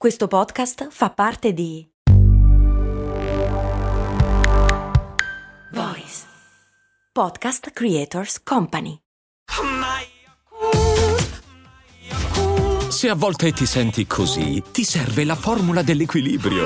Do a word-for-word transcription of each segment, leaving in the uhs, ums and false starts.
Questo podcast fa parte di Voice Podcast Creators Company. Se a volte ti senti così, ti serve la formula dell'equilibrio.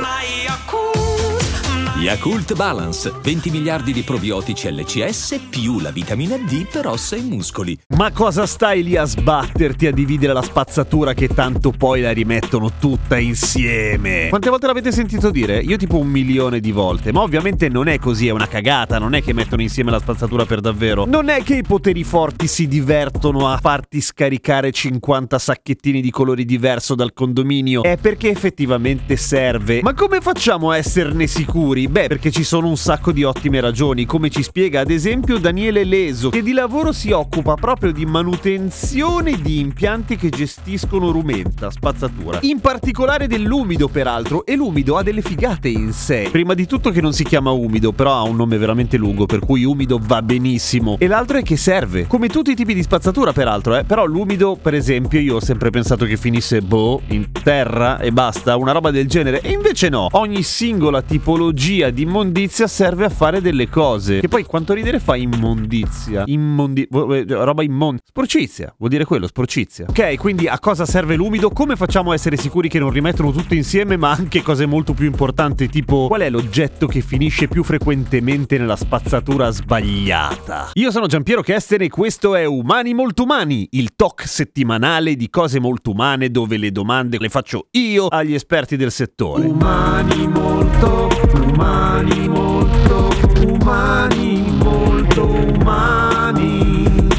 Yakult Balance, venti miliardi di probiotici L C S più la vitamina D per ossa e muscoli. Ma cosa stai lì a sbatterti a dividere la spazzatura che tanto poi la rimettono tutta insieme? Quante volte l'avete sentito dire? Io tipo un milione di volte. Ma ovviamente non è così, è una cagata, non è che mettono insieme la spazzatura per davvero. Non è che i poteri forti si divertono a farti scaricare cinquanta sacchettini di colori diverso dal condominio. È perché effettivamente serve. Ma come facciamo a esserne sicuri? Beh, perché ci sono un sacco di ottime ragioni, come ci spiega ad esempio Daniele Leso, che di lavoro si occupa proprio di manutenzione di impianti che gestiscono rumenta, spazzatura. In particolare dell'umido, peraltro, e l'umido ha delle figate in sé. Prima di tutto che non si chiama umido, però ha un nome veramente lungo, per cui umido va benissimo. E l'altro è che serve, come tutti i tipi di spazzatura peraltro, eh. Però l'umido, per esempio, io ho sempre pensato che finisse, boh, in terra e basta, una roba del genere, e invece no. Ogni singola tipologia di immondizia serve a fare delle cose. Che poi quanto ridere fa immondizia? Immondi... roba immonda. Sporcizia, vuol dire quello, sporcizia. Ok, quindi a cosa serve l'umido? Come facciamo a essere sicuri che non rimettono tutto insieme, ma anche cose molto più importanti, tipo qual è l'oggetto che finisce più frequentemente nella spazzatura sbagliata? Io sono Giampiero Kesten e questo è Umani Molto Umani, il talk settimanale di cose molto umane dove le domande le faccio io agli esperti del settore. Umani molto umani, molto umani, molto umani.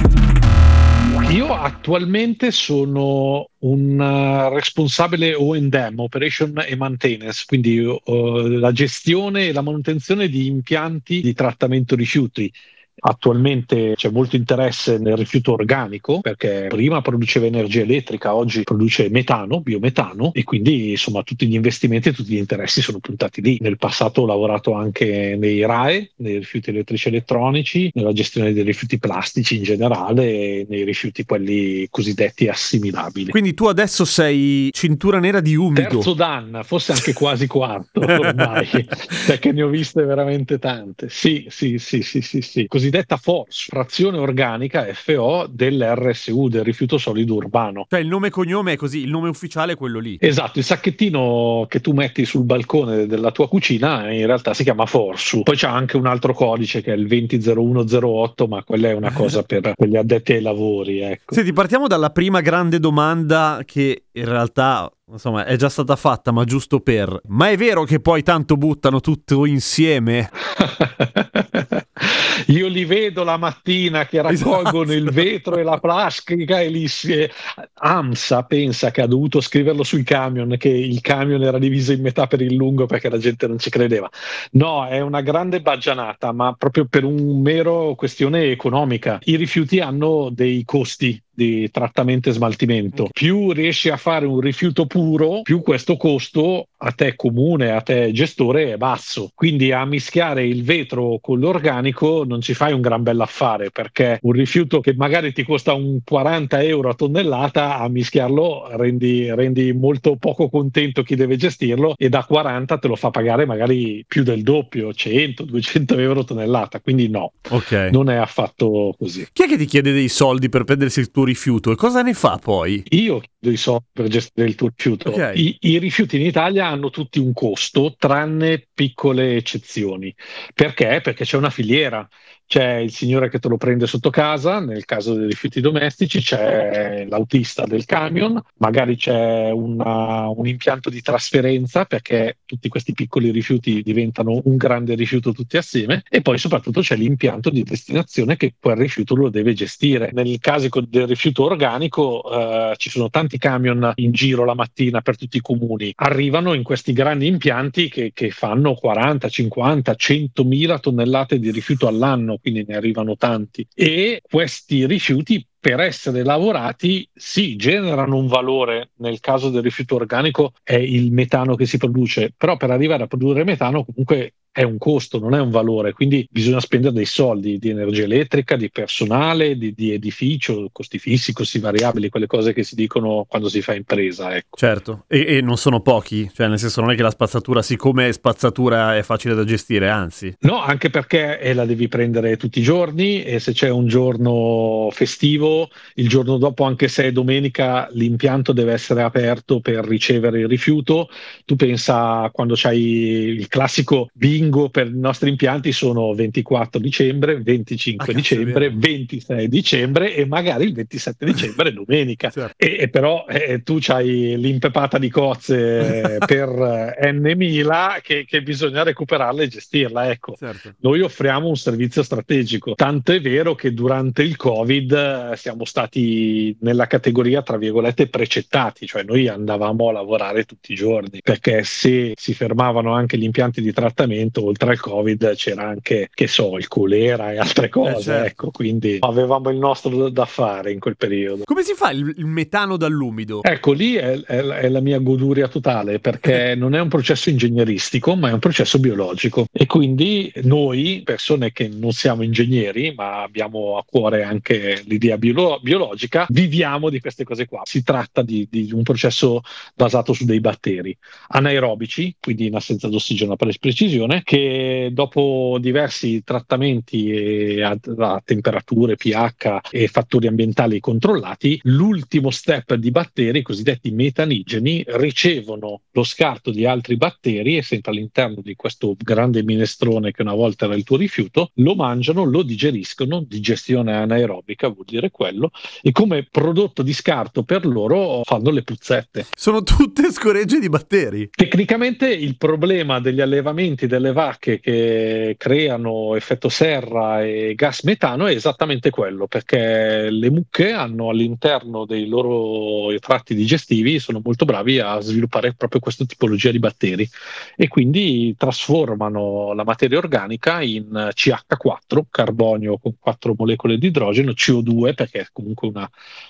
Io attualmente sono un uh, responsabile O and M, Operation e Maintenance, quindi uh, la gestione e la manutenzione di impianti di trattamento rifiuti. Attualmente c'è molto interesse nel rifiuto organico perché prima produceva energia elettrica, oggi produce metano, biometano, e quindi insomma tutti gli investimenti e tutti gli interessi sono puntati lì. Nel passato ho lavorato anche nei R A E, nei rifiuti elettrici elettronici, nella gestione dei rifiuti plastici in generale e nei rifiuti quelli cosiddetti assimilabili. Quindi tu adesso sei cintura nera di umido. Terzo Dan, forse anche quasi quarto ormai, perché ne ho viste veramente tante. Sì, sì, sì, sì, sì, sì. Cosiddetta F O R S, frazione organica F O dell'R S U, del rifiuto solido urbano. Cioè il nome e cognome è così, il nome ufficiale è quello lì. Esatto, il sacchettino che tu metti sul balcone della tua cucina in realtà si chiama F O R S U. Poi c'è anche un altro codice che è il venti zero uno zero otto, ma quella è una cosa per gli addetti ai lavori, ecco. Senti, partiamo dalla prima grande domanda che in realtà insomma è già stata fatta, ma giusto per... Ma è vero che poi tanto buttano tutto insieme? Io li vedo la mattina che raccolgono esatto. il vetro e la plastica e li si... AMSA pensa che ha dovuto scriverlo sui camion, che il camion era diviso in metà per il lungo perché la gente non ci credeva. No, è una grande baggianata, ma proprio per un mero questione economica. I rifiuti hanno dei costi di trattamento e smaltimento. Più riesci a fare un rifiuto puro, più questo costo a te comune, a te gestore è basso. Quindi a mischiare il vetro con l'organico non ci fai un gran bell'affare, perché un rifiuto che magari ti costa un quaranta euro a tonnellata, a mischiarlo rendi, rendi molto poco contento chi deve gestirlo, e da quaranta te lo fa pagare magari più del doppio, cento duecento euro a tonnellata. Quindi no, okay. Non è affatto così. Chi è che ti chiede dei soldi per prendersi il tuo rifiuto e cosa ne fa poi? Io chiedo i soldi per gestire il tuo rifiuto. Okay. I, I rifiuti in Italia hanno tutti un costo, tranne piccole eccezioni. Perché? Perché c'è una filiera. C'è il signore che te lo prende sotto casa, nel caso dei rifiuti domestici, c'è l'autista del camion, magari c'è una, un impianto di trasferenza perché tutti questi piccoli rifiuti diventano un grande rifiuto tutti assieme, e poi soprattutto c'è l'impianto di destinazione che quel rifiuto lo deve gestire. Nel caso del rifiuto organico eh, ci sono tanti camion in giro la mattina per tutti i comuni, arrivano in questi grandi impianti che, che fanno quaranta, cinquanta, centomila tonnellate di rifiuto all'anno, quindi ne arrivano tanti, e questi rifiuti per essere lavorati sì, generano un valore. Nel caso del rifiuto organico è il metano che si produce, però per arrivare a produrre metano comunque è un costo, non è un valore, quindi bisogna spendere dei soldi di energia elettrica, di personale, di, di edificio, costi fissi, costi variabili, quelle cose che si dicono quando si fa impresa, ecco. Certo, e, e non sono pochi, cioè nel senso non è che la spazzatura, siccome è spazzatura, è facile da gestire, anzi. No, anche perché eh, la devi prendere tutti i giorni e se c'è un giorno festivo, il giorno dopo, anche se è domenica, l'impianto deve essere aperto per ricevere il rifiuto. Tu pensa quando c'hai il classico bingo per i nostri impianti, sono ventiquattro dicembre, venticinque Ah, cazzo, è dicembre, vero. ventisei dicembre e magari il ventisette dicembre è domenica. Certo. E, e però eh, tu c'hai l'impepata di cozze per eh, n mila che, che bisogna recuperarla e gestirla, ecco. Certo. Noi offriamo un servizio strategico, tanto è vero che durante il Covid eh, siamo stati nella categoria, tra virgolette, precettati, cioè noi andavamo a lavorare tutti i giorni, perché se si fermavano anche gli impianti di trattamento, oltre al Covid c'era anche, che so, il colera e altre cose, Eh, certo. ecco, quindi avevamo il nostro da fare in quel periodo. Come si fa il, il metano dall'umido? Ecco, lì è, è- è la mia goduria totale, perché non è un processo ingegneristico, ma è un processo biologico. E quindi noi, persone che non siamo ingegneri, ma abbiamo a cuore anche l'idea biolo- biologica, viviamo di queste cose qua. Si tratta di, di un processo basato su dei batteri anaerobici, quindi in assenza d'ossigeno per precisione, che dopo diversi trattamenti e a, a temperature, pH e fattori ambientali controllati, l'ultimo step di batteri, i cosiddetti metanigeni, ricevono lo scarto di altri batteri e sempre all'interno di questo grande minestrone che una volta era il tuo rifiuto, lo mangiano, lo digeriscono, digestione anaerobica vuol dire quello, e come prodotto di scarto per loro fanno le puzzette. Sono tutte scoregge di batteri. Tecnicamente il problema degli allevamenti delle vacche che creano effetto serra e gas metano è esattamente quello, perché le mucche hanno all'interno dei loro tratti digestivi, sono molto bravi a sviluppare proprio questa tipologia di batteri e quindi trasformano la materia organica in C H quattro, carbonio con quattro molecole di idrogeno, C O due perché è comunque una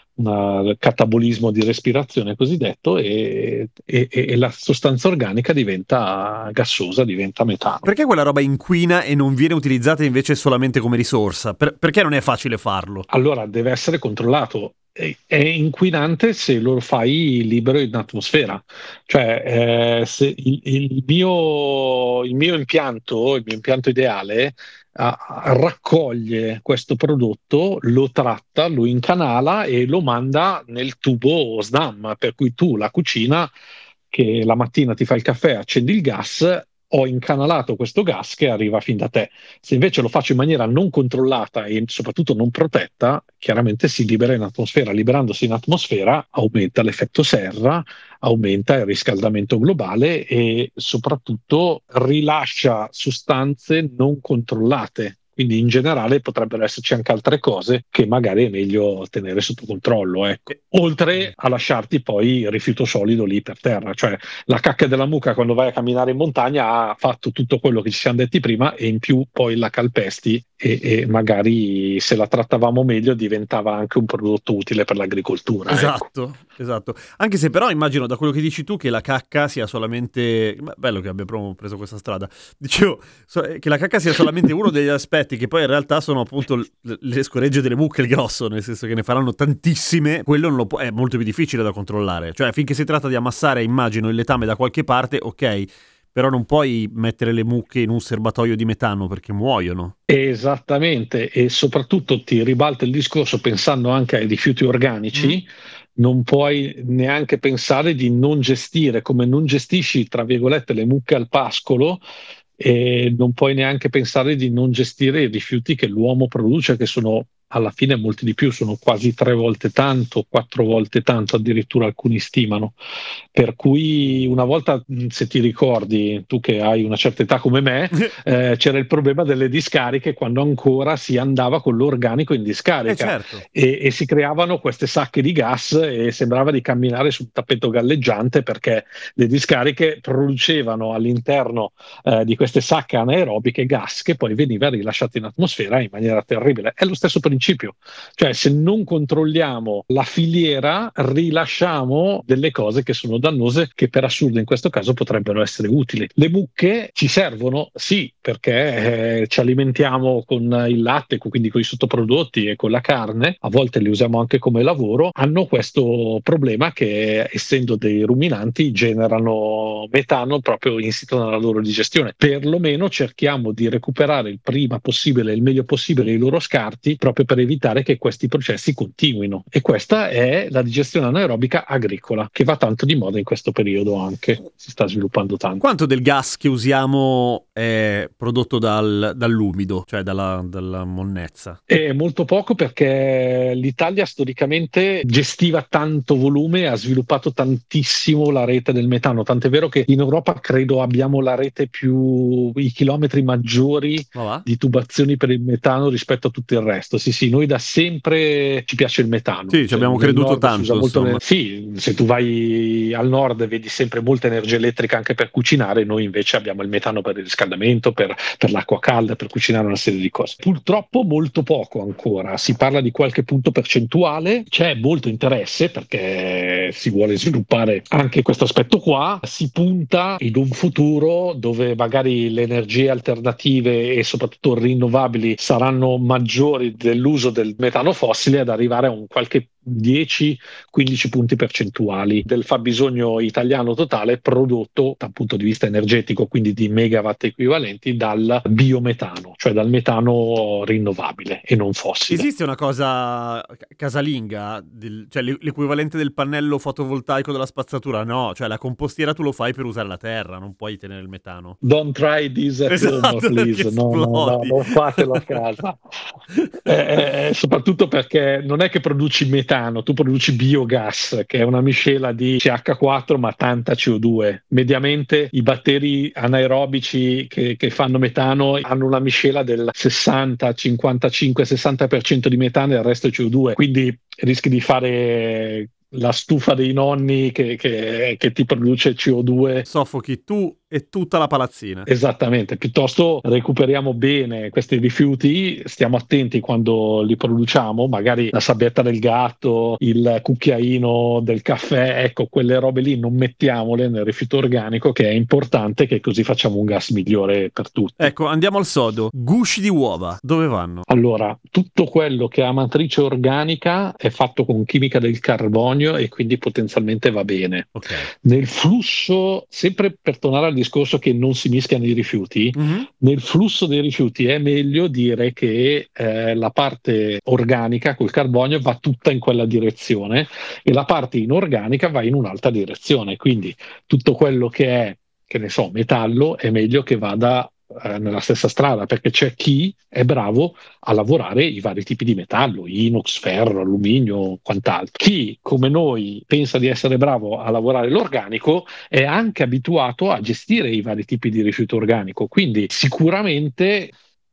un catabolismo di respirazione cosiddetto e, e, e la sostanza organica diventa gassosa, diventa metano. Perché quella roba inquina e non viene utilizzata invece solamente come risorsa? Per- perché non è facile farlo? Allora deve essere controllato. È è inquinante se lo fai libero in atmosfera, cioè eh, se il, il mio, il mio impianto, il mio impianto ideale a- raccoglie questo prodotto, lo tratta, lo incanala e lo manda nel tubo SNAM, per cui tu la cucina che la mattina ti fai il caffè, accendi il gas, ho incanalato questo gas che arriva fin da te. Se invece lo faccio in maniera non controllata e soprattutto non protetta, chiaramente si libera in atmosfera. Liberandosi in atmosfera aumenta l'effetto serra, aumenta il riscaldamento globale e soprattutto rilascia sostanze non controllate. Quindi in generale potrebbero esserci anche altre cose che magari è meglio tenere sotto controllo, ecco. Oltre a lasciarti poi il rifiuto solido lì per terra, cioè la cacca della mucca quando vai a camminare in montagna ha fatto tutto quello che ci siamo detti prima e in più poi la calpesti e, e magari se la trattavamo meglio diventava anche un prodotto utile per l'agricoltura. Ecco. Esatto, esatto. Anche se però immagino da quello che dici tu che la cacca sia solamente... Beh, bello che abbia proprio preso questa strada. Dicevo so- che la cacca sia solamente uno degli aspetti che poi in realtà sono appunto l- le scoregge delle mucche, il grosso, nel senso che ne faranno tantissime. Quello non lo può- è molto più difficile da controllare. Cioè finché si tratta di ammassare, immagino, il letame da qualche parte, ok, però non puoi mettere le mucche in un serbatoio di metano perché muoiono. Esattamente, e soprattutto ti ribalta il discorso pensando anche ai rifiuti organici, non puoi neanche pensare di non gestire, come non gestisci, tra virgolette, le mucche al pascolo, e non puoi neanche pensare di non gestire i rifiuti che l'uomo produce, che sono alla fine molti di più, sono quasi tre volte tanto, quattro volte tanto, addirittura alcuni stimano. Per cui una volta, mh, se ti ricordi, tu che hai una certa età come me, eh, c'era il problema delle discariche quando ancora si andava con l'organico in discarica Eh certo. e, e si creavano queste sacche di gas e sembrava di camminare sul tappeto galleggiante perché le discariche producevano all'interno eh, di queste sacche anaerobiche gas che poi veniva rilasciato in atmosfera in maniera terribile. È lo stesso per principio. Cioè, se non controlliamo la filiera, rilasciamo delle cose che sono dannose, che per assurdo in questo caso potrebbero essere utili. Le mucche ci servono, sì, perché eh, ci alimentiamo con il latte, quindi con i sottoprodotti e con la carne, a volte li usiamo anche come lavoro. Hanno questo problema che, essendo dei ruminanti, generano metano proprio insito nella loro digestione. Perlomeno cerchiamo di recuperare il prima possibile, il meglio possibile i loro scarti, proprio per evitare che questi processi continuino. E questa è la digestione anaerobica agricola, che va tanto di moda in questo periodo, anche si sta sviluppando tanto. Quanto del gas che usiamo è prodotto dal, dall'umido, cioè dalla, dalla monnezza? È molto poco, perché l'Italia storicamente gestiva tanto volume, ha sviluppato tantissimo la rete del metano, tant'è vero che in Europa credo abbiamo la rete più, i chilometri maggiori oh, di tubazioni per il metano rispetto a tutto il resto. Sì, sì, noi da sempre ci piace il metano. Sì, ci cioè, abbiamo nel creduto nord si tanto, usa molto insomma. nel- Sì, se tu vai al nord vedi sempre molta energia elettrica anche per cucinare, noi invece abbiamo il metano per il riscaldamento, per, per l'acqua calda, per cucinare una serie di cose. Purtroppo molto poco ancora, si parla di qualche punto percentuale, c'è molto interesse perché si vuole sviluppare anche questo aspetto qua, si punta in un futuro dove magari le energie alternative e soprattutto rinnovabili saranno maggiori dell'uso del metano fossile, ad arrivare a un qualche dieci quindici punti percentuali del fabbisogno italiano totale prodotto dal punto di vista energetico, quindi di megawatt equivalenti, dal biometano, cioè dal metano rinnovabile e non fossile. Esiste una cosa casalinga, del, cioè l'equivalente del pannello fotovoltaico della spazzatura? No, cioè la compostiera tu lo fai per usare la terra, non puoi tenere il metano. Don't try this at Esatto, home, please. perché No, no, no, esplodi. non fatelo a casa. Eh, eh, soprattutto perché non è che produci metano, tu produci biogas, che è una miscela di C H quattro ma tanta C O due. Mediamente i batteri anaerobici che, che fanno metano hanno una miscela del sessanta, cinquantacinque, sessanta per cento di metano e il resto è C O due. Quindi rischi di fare la stufa dei nonni che, che, che ti produce C O due. Soffochi tu e tutta la palazzina. Esattamente, piuttosto recuperiamo bene questi rifiuti, stiamo attenti quando li produciamo, magari la sabbietta del gatto, il cucchiaino del caffè, ecco, quelle robe lì non mettiamole nel rifiuto organico, che è importante, che così facciamo un gas migliore per tutti. Ecco, andiamo al sodo. Gusci di uova, dove vanno? Allora, tutto quello che ha matrice organica è fatto con chimica del carbonio e quindi potenzialmente va bene. Okay. Nel flusso, sempre per tornare al discorso che non si mischiano i rifiuti, Mm-hmm. nel flusso dei rifiuti è meglio dire che eh, la parte organica col carbonio va tutta in quella direzione e la parte inorganica va in un'altra direzione. Quindi tutto quello che è, che ne so, metallo, è meglio che vada eh, nella stessa strada, perché c'è chi è bravo a lavorare i vari tipi di metallo, inox, ferro, alluminio, quant'altro. Chi, come noi, pensa di essere bravo a lavorare l'organico è anche abituato a gestire i vari tipi di rifiuto organico, quindi sicuramente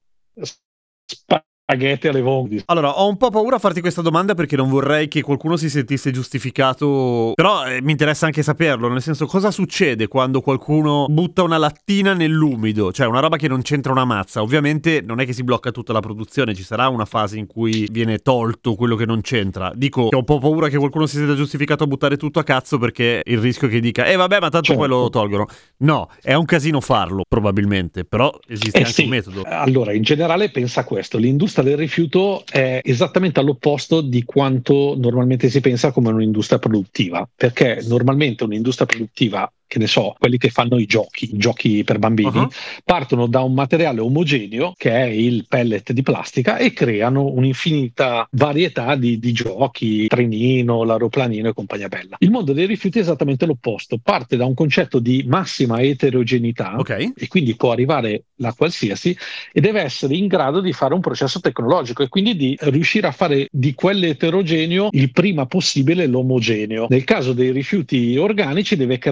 spaghetti alle vongole. Allora, ho un po' paura a farti questa domanda perché non vorrei che qualcuno si sentisse giustificato, però eh, mi interessa anche saperlo, nel senso, cosa succede quando qualcuno butta una lattina nell'umido, cioè una roba che non c'entra una mazza. Ovviamente non è che si blocca tutta la produzione, ci sarà una fase in cui viene tolto quello che non c'entra. Dico che ho un po' paura che qualcuno si senta giustificato a buttare tutto a cazzo, perché il rischio che dica eh vabbè, ma tanto certo. poi lo tolgono. No, è un casino farlo probabilmente, però esiste Eh anche sì. un metodo. Allora, in generale pensa a questo: l'industria del rifiuto è esattamente all'opposto di quanto normalmente si pensa come un'industria produttiva, perché normalmente un'industria produttiva, che ne so, quelli che fanno i giochi, i giochi per bambini, Uh-huh. partono da un materiale omogeneo che è il pellet di plastica e creano un'infinita varietà di, di giochi, trenino, l'aeroplanino e compagnia bella. Il mondo dei rifiuti è esattamente l'opposto, parte da un concetto di massima eterogeneità, Ok. e quindi può arrivare da qualsiasi, e deve essere in grado di fare un processo tecnologico e quindi di riuscire a fare di quell'eterogeneo il prima possibile l'omogeneo. Nel caso dei rifiuti organici deve creare un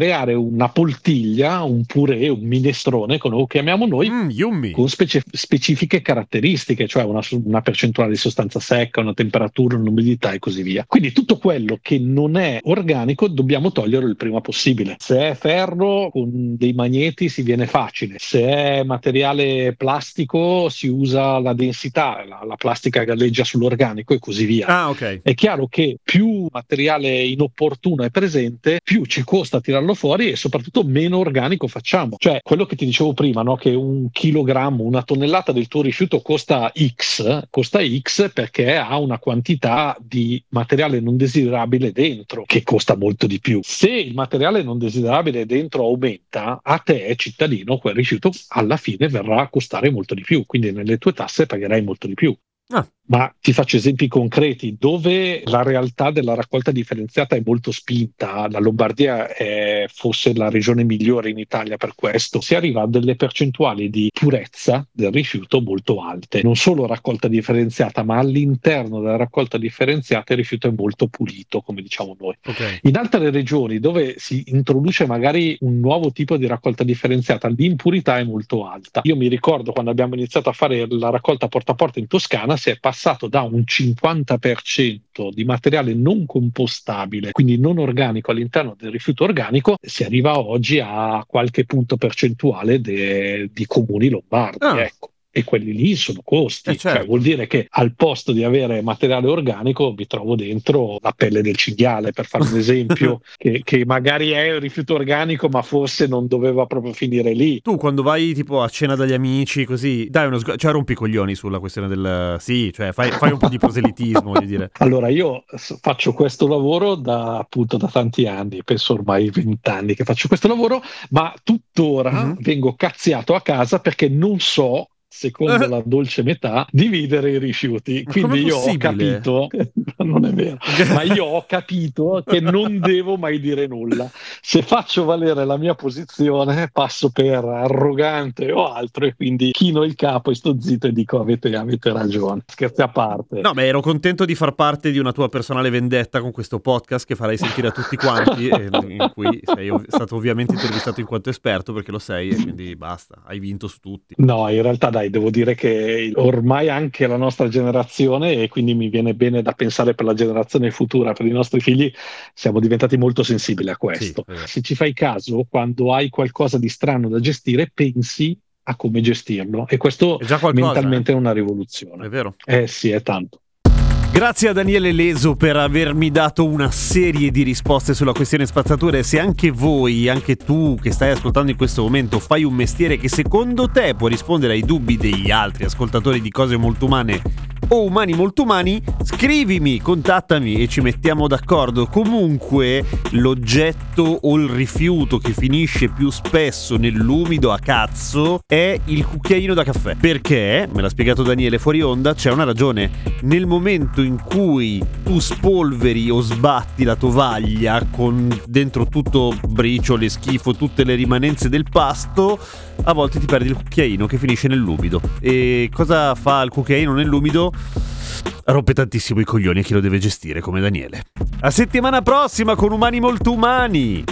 una poltiglia, un purè, un minestrone, come lo chiamiamo noi, Mm, yummy. con specie- specifiche caratteristiche, cioè una, una percentuale di sostanza secca, una temperatura, un'umidità e così via. Quindi tutto quello che non è organico dobbiamo toglierlo il prima possibile. Se è ferro con dei magneti si viene facile, se è materiale plastico si usa la densità, la, la plastica galleggia sull'organico e così via. Ah, ok. È chiaro che più materiale inopportuno è presente, più ci costa tirarlo fuori e soprattutto meno organico facciamo. Cioè, quello che ti dicevo prima, no? Che un chilogrammo, una tonnellata del tuo rifiuto costa X, costa X perché ha una quantità di materiale non desiderabile dentro, che costa molto di più. Se il materiale non desiderabile dentro aumenta, a te, cittadino, quel rifiuto alla fine verrà a costare molto di più, quindi nelle tue tasse pagherai molto di più. Ah. Ma ti faccio esempi concreti dove la realtà della raccolta differenziata è molto spinta. La Lombardia è forse la regione migliore in Italia per questo. Si arriva a delle percentuali di purezza del rifiuto molto alte. Non solo raccolta differenziata, ma all'interno della raccolta differenziata il rifiuto è molto pulito, come diciamo noi. Ok. In altre regioni dove si introduce magari un nuovo tipo di raccolta differenziata, l'impurità è molto alta. Io mi ricordo quando abbiamo iniziato a fare la raccolta porta a porta in Toscana, si è passato da un cinquanta per cento di materiale non compostabile, quindi non organico all'interno del rifiuto organico, si arriva oggi a qualche punto percentuale de- di comuni lombardi, Ah. ecco. E quelli lì sono costi, Eh, certo. cioè vuol dire che al posto di avere materiale organico mi trovo dentro la pelle del cinghiale, per fare un esempio, che, che magari è un rifiuto organico ma forse non doveva proprio finire lì. Tu quando vai tipo a cena dagli amici così, dai uno sguardo, cioè rompi i coglioni sulla questione del... Sì, cioè fai, fai un po' di proselitismo, voglio dire. Allora, io s- faccio questo lavoro da appunto da tanti anni, penso ormai vent'anni che faccio questo lavoro, ma tuttora Mhm. vengo cazziato a casa perché non so, secondo Eh. la dolce metà, dividere i rifiuti. Ma Quindi com'è io ho possibile? capito, non è vero, ma io ho capito che non devo mai dire nulla. Se faccio valere la mia posizione, passo per arrogante o altro e quindi chino il capo e sto zitto e dico avete, avete ragione. Scherzi a parte. No, beh, ero contento di far parte di una tua personale vendetta con questo podcast che farai sentire a tutti quanti, e in cui sei ov- stato ovviamente intervistato in quanto esperto, perché lo sei, e quindi basta, hai vinto su tutti. No, in realtà dai, devo dire che ormai anche la nostra generazione, e quindi mi viene bene da pensare per la generazione futura, per i nostri figli, siamo diventati molto sensibili a questo. Sì, è vero. Se ci fai caso, quando hai qualcosa di strano da gestire, pensi a come gestirlo e questo È già qualcosa, mentalmente eh. è una rivoluzione. È vero. Eh sì, è tanto. Grazie a Daniele Leso per avermi dato una serie di risposte sulla questione spazzatura, e se anche voi, anche tu che stai ascoltando in questo momento, fai un mestiere che secondo te può rispondere ai dubbi degli altri ascoltatori di Cose Molto Umane o Umani Molto Umani, scrivimi, contattami e ci mettiamo d'accordo. Comunque l'oggetto o il rifiuto che finisce più spesso nell'umido a cazzo è il cucchiaino da caffè, perché, me l'ha spiegato Daniele fuori onda, c'è una ragione. Nel momento in cui tu spolveri o sbatti la tovaglia con dentro tutto briciole, schifo, tutte le rimanenze del pasto, a volte ti perdi il cucchiaino che finisce nell'umido. E cosa fa il cucchiaino nell'umido? Rompe tantissimo i coglioni a chi lo deve gestire come Daniele. A settimana prossima con Umani Molto Umani.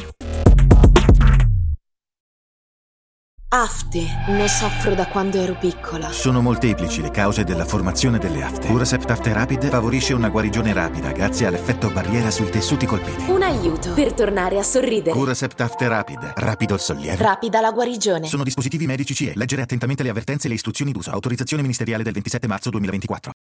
Afte. Ne soffro da quando ero piccola. Sono molteplici le cause della formazione delle afte. Curacept Afte Rapid favorisce una guarigione rapida grazie all'effetto barriera sui tessuti colpiti. Un aiuto per tornare a sorridere. Curacept Afte Rapid, rapido il sollievo. Rapida la guarigione. Sono dispositivi medici C E. Leggere attentamente le avvertenze e le istruzioni d'uso. Autorizzazione ministeriale del ventisette marzo duemilaventiquattro.